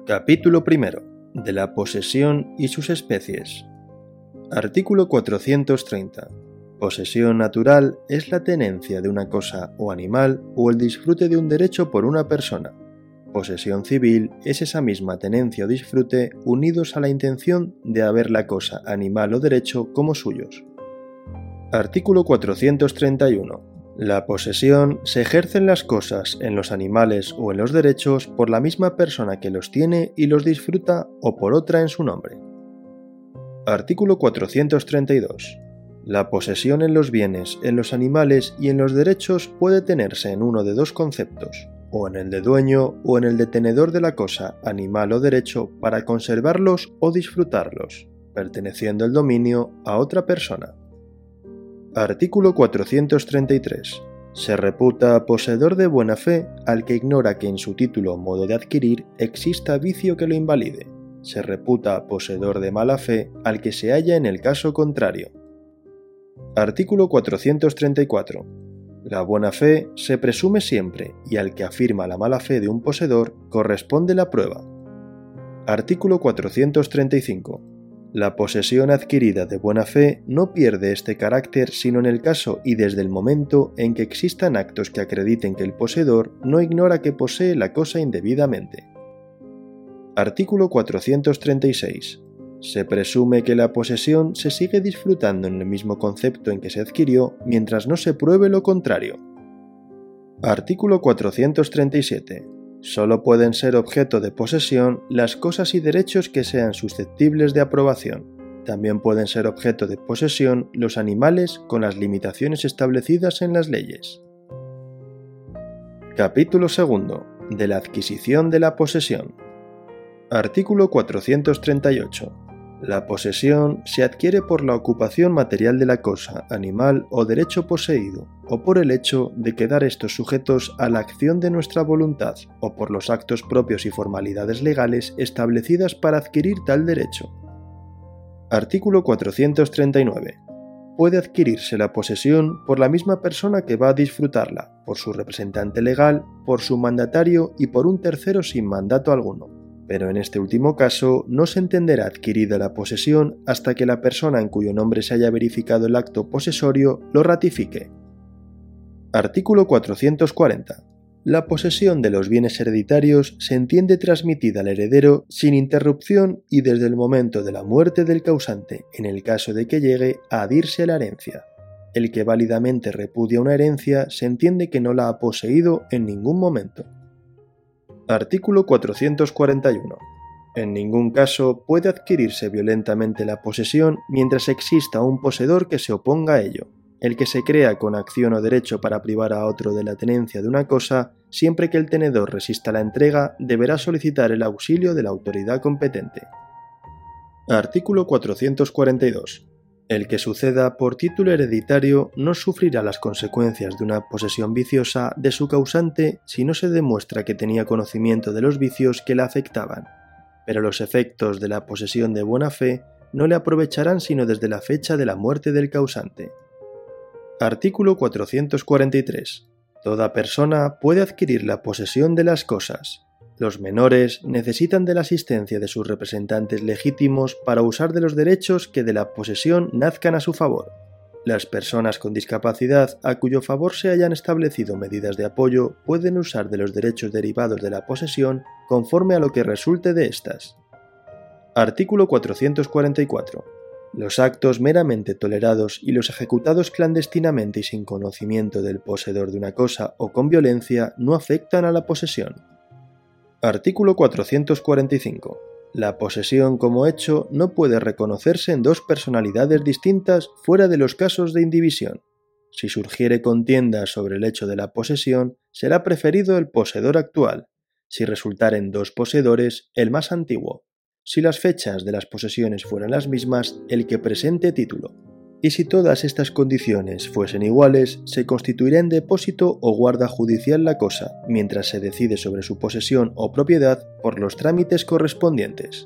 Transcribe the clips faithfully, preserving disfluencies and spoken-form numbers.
Capítulo primero. De la posesión y sus especies. Artículo cuatrocientos treinta. Posesión natural es la tenencia de una cosa o animal o el disfrute de un derecho por una persona. Posesión civil es esa misma tenencia o disfrute unidos a la intención de haber la cosa, animal o derecho como suyos. Artículo cuatrocientos treinta y uno. La posesión se ejerce en las cosas, en los animales o en los derechos por la misma persona que los tiene y los disfruta o por otra en su nombre. Artículo cuatrocientos treinta y dos. La posesión en los bienes, en los animales y en los derechos puede tenerse en uno de dos conceptos, o en el de dueño o en el de tenedor de la cosa, animal o derecho para conservarlos o disfrutarlos, perteneciendo el dominio a otra persona. Artículo cuatrocientos treinta y tres. Se reputa poseedor de buena fe al que ignora que en su título o modo de adquirir exista vicio que lo invalide. Se reputa poseedor de mala fe al que se halla en el caso contrario. Artículo cuatrocientos treinta y cuatro. La buena fe se presume siempre y al que afirma la mala fe de un poseedor corresponde la prueba. Artículo cuatrocientos treinta y cinco. La posesión adquirida de buena fe no pierde este carácter sino en el caso y desde el momento en que existan actos que acrediten que el poseedor no ignora que posee la cosa indebidamente. Artículo cuatrocientos treinta y seis. Se presume que la posesión se sigue disfrutando en el mismo concepto en que se adquirió mientras no se pruebe lo contrario. Artículo cuatrocientos treinta y siete. Solo pueden ser objeto de posesión las cosas y derechos que sean susceptibles de aprobación. También pueden ser objeto de posesión los animales con las limitaciones establecidas en las leyes. Capítulo segundo. De la adquisición de la posesión. Artículo cuatrocientos treinta y ocho. La posesión se adquiere por la ocupación material de la cosa, animal o derecho poseído, o por el hecho de quedar estos sujetos a la acción de nuestra voluntad, o por los actos propios y formalidades legales establecidas para adquirir tal derecho. Artículo cuatrocientos treinta y nueve. Puede adquirirse la posesión por la misma persona que va a disfrutarla, por su representante legal, por su mandatario y por un tercero sin mandato alguno. Pero en este último caso no se entenderá adquirida la posesión hasta que la persona en cuyo nombre se haya verificado el acto posesorio lo ratifique. Artículo cuatrocientos cuarenta. La posesión de los bienes hereditarios se entiende transmitida al heredero sin interrupción y desde el momento de la muerte del causante, en el caso de que llegue a adhirse a la herencia. El que válidamente repudia una herencia se entiende que no la ha poseído en ningún momento. Artículo cuatrocientos cuarenta y uno. En ningún caso puede adquirirse violentamente la posesión mientras exista un poseedor que se oponga a ello. El que se crea con acción o derecho para privar a otro de la tenencia de una cosa, siempre que el tenedor resista la entrega, deberá solicitar el auxilio de la autoridad competente. Artículo cuatrocientos cuarenta y dos. El que suceda por título hereditario no sufrirá las consecuencias de una posesión viciosa de su causante si no se demuestra que tenía conocimiento de los vicios que la afectaban, pero los efectos de la posesión de buena fe no le aprovecharán sino desde la fecha de la muerte del causante. Artículo cuatrocientos cuarenta y tres. Toda persona puede adquirir la posesión de las cosas. Los menores necesitan de la asistencia de sus representantes legítimos para usar de los derechos que de la posesión nazcan a su favor. Las personas con discapacidad a cuyo favor se hayan establecido medidas de apoyo pueden usar de los derechos derivados de la posesión conforme a lo que resulte de éstas. Artículo cuatrocientos cuarenta y cuatro. Los actos meramente tolerados y los ejecutados clandestinamente y sin conocimiento del poseedor de una cosa o con violencia no afectan a la posesión. Artículo cuatrocientos cuarenta y cinco. La posesión como hecho no puede reconocerse en dos personalidades distintas fuera de los casos de indivisión. Si surgiere contienda sobre el hecho de la posesión, será preferido el poseedor actual. Si resultaren dos poseedores, el más antiguo. Si las fechas de las posesiones fueran las mismas, el que presente título. Y si todas estas condiciones fuesen iguales, se constituirá en depósito o guarda judicial la cosa, mientras se decide sobre su posesión o propiedad por los trámites correspondientes.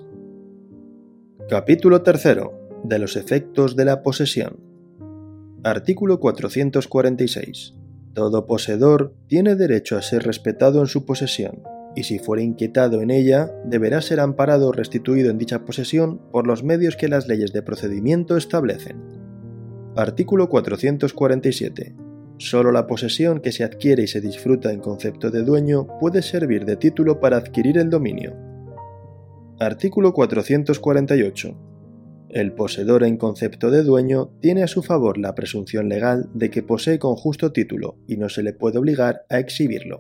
Capítulo tercero. De los efectos de la posesión. Artículo cuatrocientos cuarenta y seis. Todo poseedor tiene derecho a ser respetado en su posesión. y si fuera inquietado en ella, deberá ser amparado o restituido en dicha posesión por los medios que las leyes de procedimiento establecen. Artículo cuatrocientos cuarenta y siete. Solo la posesión que se adquiere y se disfruta en concepto de dueño puede servir de título para adquirir el dominio. Artículo cuatrocientos cuarenta y ocho. El poseedor en concepto de dueño tiene a su favor la presunción legal de que posee con justo título y no se le puede obligar a exhibirlo.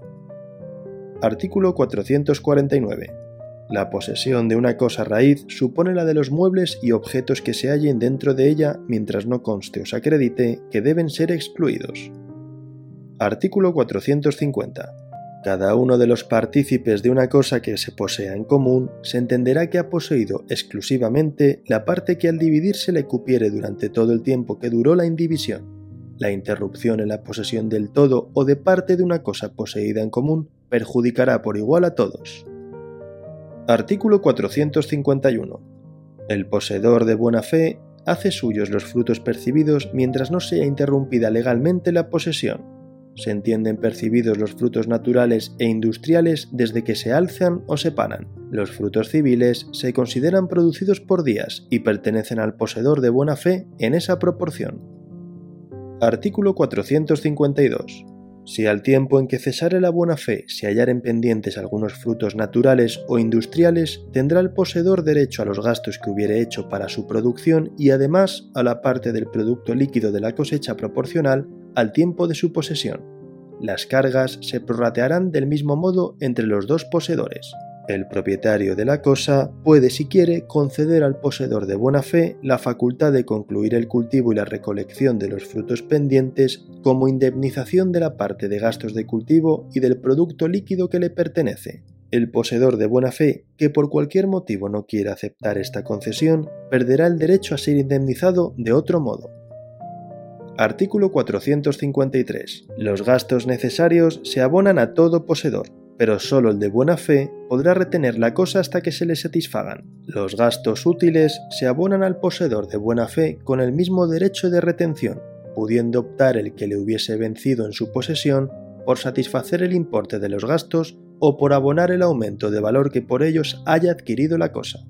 Artículo cuatrocientos cuarenta y nueve. La posesión de una cosa raíz supone la de los muebles y objetos que se hallen dentro de ella mientras no conste o se acredite que deben ser excluidos. Artículo cuatrocientos cincuenta. Cada uno de los partícipes de una cosa que se posea en común se entenderá que ha poseído exclusivamente la parte que al dividirse le cupiere durante todo el tiempo que duró la indivisión. La interrupción en la posesión del todo o de parte de una cosa poseída en común perjudicará por igual a todos. Artículo cuatrocientos cincuenta y uno. El poseedor de buena fe hace suyos los frutos percibidos mientras no sea interrumpida legalmente la posesión. Se entienden percibidos los frutos naturales e industriales desde que se alzan o se paran. Los frutos civiles se consideran producidos por días y pertenecen al poseedor de buena fe en esa proporción. Artículo cuatrocientos cincuenta y dos. Si al tiempo en que cesare la buena fe se hallaren pendientes algunos frutos naturales o industriales, tendrá el poseedor derecho a los gastos que hubiere hecho para su producción y además a la parte del producto líquido de la cosecha proporcional al tiempo de su posesión. Las cargas se prorratearán del mismo modo entre los dos poseedores. El propietario de la cosa puede, si quiere, conceder al poseedor de buena fe la facultad de concluir el cultivo y la recolección de los frutos pendientes como indemnización de la parte de gastos de cultivo y del producto líquido que le pertenece. El poseedor de buena fe, que por cualquier motivo no quiera aceptar esta concesión, perderá el derecho a ser indemnizado de otro modo. Artículo cuatrocientos cincuenta y tres. Los gastos necesarios se abonan a todo poseedor, pero solo el de buena fe podrá retener la cosa hasta que se le satisfagan. Los gastos útiles se abonan al poseedor de buena fe con el mismo derecho de retención, pudiendo optar el que le hubiese vencido en su posesión por satisfacer el importe de los gastos o por abonar el aumento de valor que por ellos haya adquirido la cosa.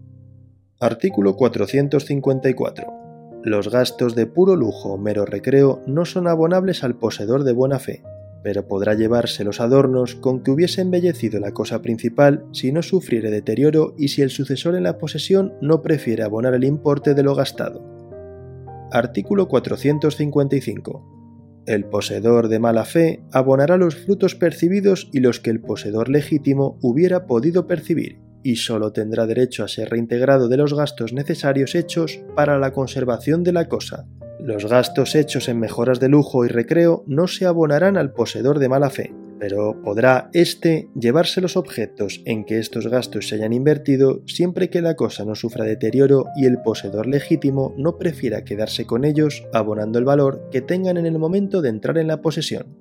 Artículo cuatrocientos cincuenta y cuatro. Los gastos de puro lujo o mero recreo no son abonables al poseedor de buena fe, pero podrá llevarse los adornos con que hubiese embellecido la cosa principal si no sufriere deterioro y si el sucesor en la posesión no prefiere abonar el importe de lo gastado. Artículo cuatrocientos cincuenta y cinco. El poseedor de mala fe abonará los frutos percibidos y los que el poseedor legítimo hubiera podido percibir, y sólo tendrá derecho a ser reintegrado de los gastos necesarios hechos para la conservación de la cosa. Los gastos hechos en mejoras de lujo y recreo no se abonarán al poseedor de mala fe, pero podrá éste llevarse los objetos en que estos gastos se hayan invertido siempre que la cosa no sufra deterioro y el poseedor legítimo no prefiera quedarse con ellos abonando el valor que tengan en el momento de entrar en la posesión.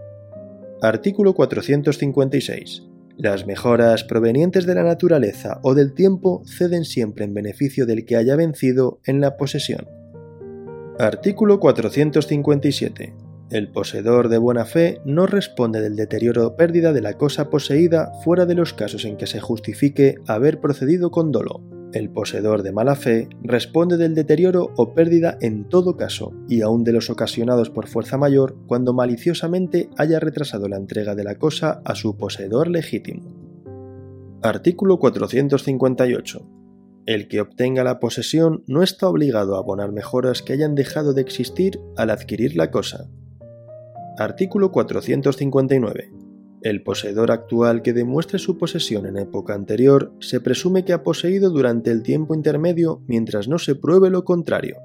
Artículo cuatrocientos cincuenta y seis. Las mejoras provenientes de la naturaleza o del tiempo ceden siempre en beneficio del que haya vencido en la posesión. Artículo cuatrocientos cincuenta y siete. El poseedor de buena fe no responde del deterioro o pérdida de la cosa poseída fuera de los casos en que se justifique haber procedido con dolo. El poseedor de mala fe responde del deterioro o pérdida en todo caso, y aun de los ocasionados por fuerza mayor cuando maliciosamente haya retrasado la entrega de la cosa a su poseedor legítimo. Artículo cuatrocientos cincuenta y ocho. El que obtenga la posesión no está obligado a abonar mejoras que hayan dejado de existir al adquirir la cosa. Artículo cuatrocientos cincuenta y nueve. El poseedor actual que demuestre su posesión en época anterior se presume que ha poseído durante el tiempo intermedio mientras no se pruebe lo contrario.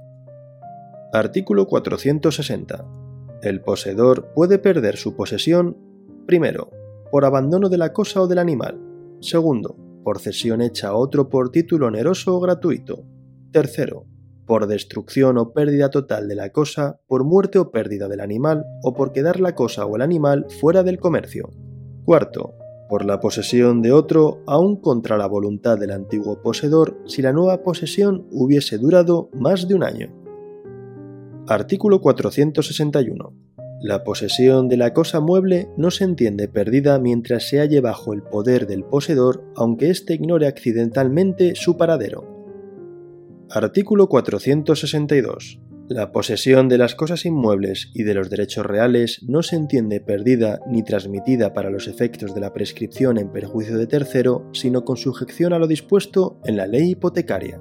Artículo cuatrocientos sesenta. El poseedor puede perder su posesión, primero, por abandono de la cosa o del animal, segundo, por cesión hecha a otro por título oneroso o gratuito, tercero, por destrucción o pérdida total de la cosa, por muerte o pérdida del animal o por quedar la cosa o el animal fuera del comercio. Cuarto, por la posesión de otro aun contra la voluntad del antiguo poseedor si la nueva posesión hubiese durado más de un año. Artículo cuatrocientos sesenta y uno. La posesión de la cosa mueble no se entiende perdida mientras se halle bajo el poder del poseedor, aunque éste ignore accidentalmente su paradero. Artículo cuatrocientos sesenta y dos. La posesión de las cosas inmuebles y de los derechos reales no se entiende perdida ni transmitida para los efectos de la prescripción en perjuicio de tercero, sino con sujeción a lo dispuesto en la ley hipotecaria.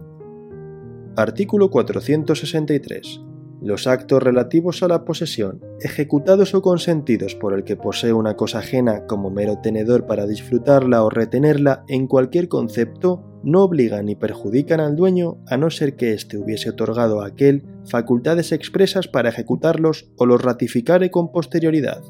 Artículo cuatrocientos sesenta y tres. Los actos relativos a la posesión, ejecutados o consentidos por el que posee una cosa ajena como mero tenedor para disfrutarla o retenerla en cualquier concepto, no obligan ni perjudican al dueño a no ser que éste hubiese otorgado a aquel facultades expresas para ejecutarlos o los ratificare con posterioridad.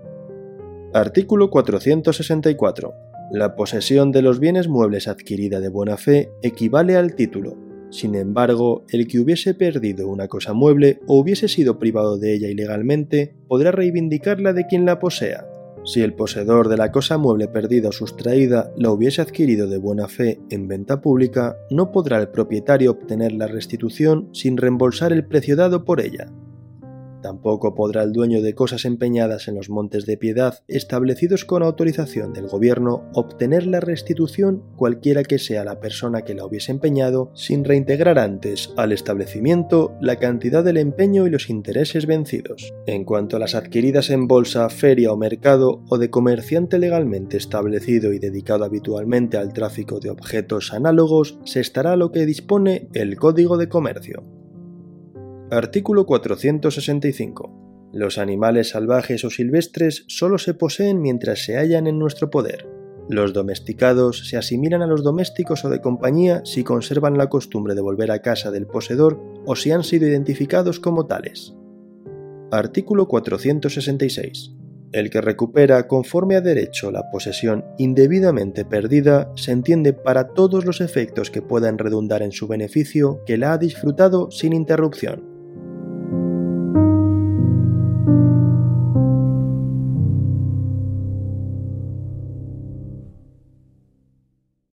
Artículo cuatrocientos sesenta y cuatro. La posesión de los bienes muebles adquirida de buena fe equivale al título. Sin embargo, el que hubiese perdido una cosa mueble o hubiese sido privado de ella ilegalmente, podrá reivindicarla de quien la posea. Si el poseedor de la cosa mueble perdida o sustraída la hubiese adquirido de buena fe en venta pública, no podrá el propietario obtener la restitución sin reembolsar el precio dado por ella. Tampoco podrá el dueño de cosas empeñadas en los montes de piedad establecidos con autorización del gobierno obtener la restitución cualquiera que sea la persona que la hubiese empeñado sin reintegrar antes al establecimiento la cantidad del empeño y los intereses vencidos. En cuanto a las adquiridas en bolsa, feria o mercado o de comerciante legalmente establecido y dedicado habitualmente al tráfico de objetos análogos, se estará a lo que dispone el Código de Comercio. Artículo cuatrocientos sesenta y cinco. Los animales salvajes o silvestres solo se poseen mientras se hallan en nuestro poder. Los domesticados se asimilan a los domésticos o de compañía si conservan la costumbre de volver a casa del poseedor o si han sido identificados como tales. Artículo cuatrocientos sesenta y seis. El que recupera conforme a derecho la posesión indebidamente perdida se entiende para todos los efectos que puedan redundar en su beneficio que la ha disfrutado sin interrupción.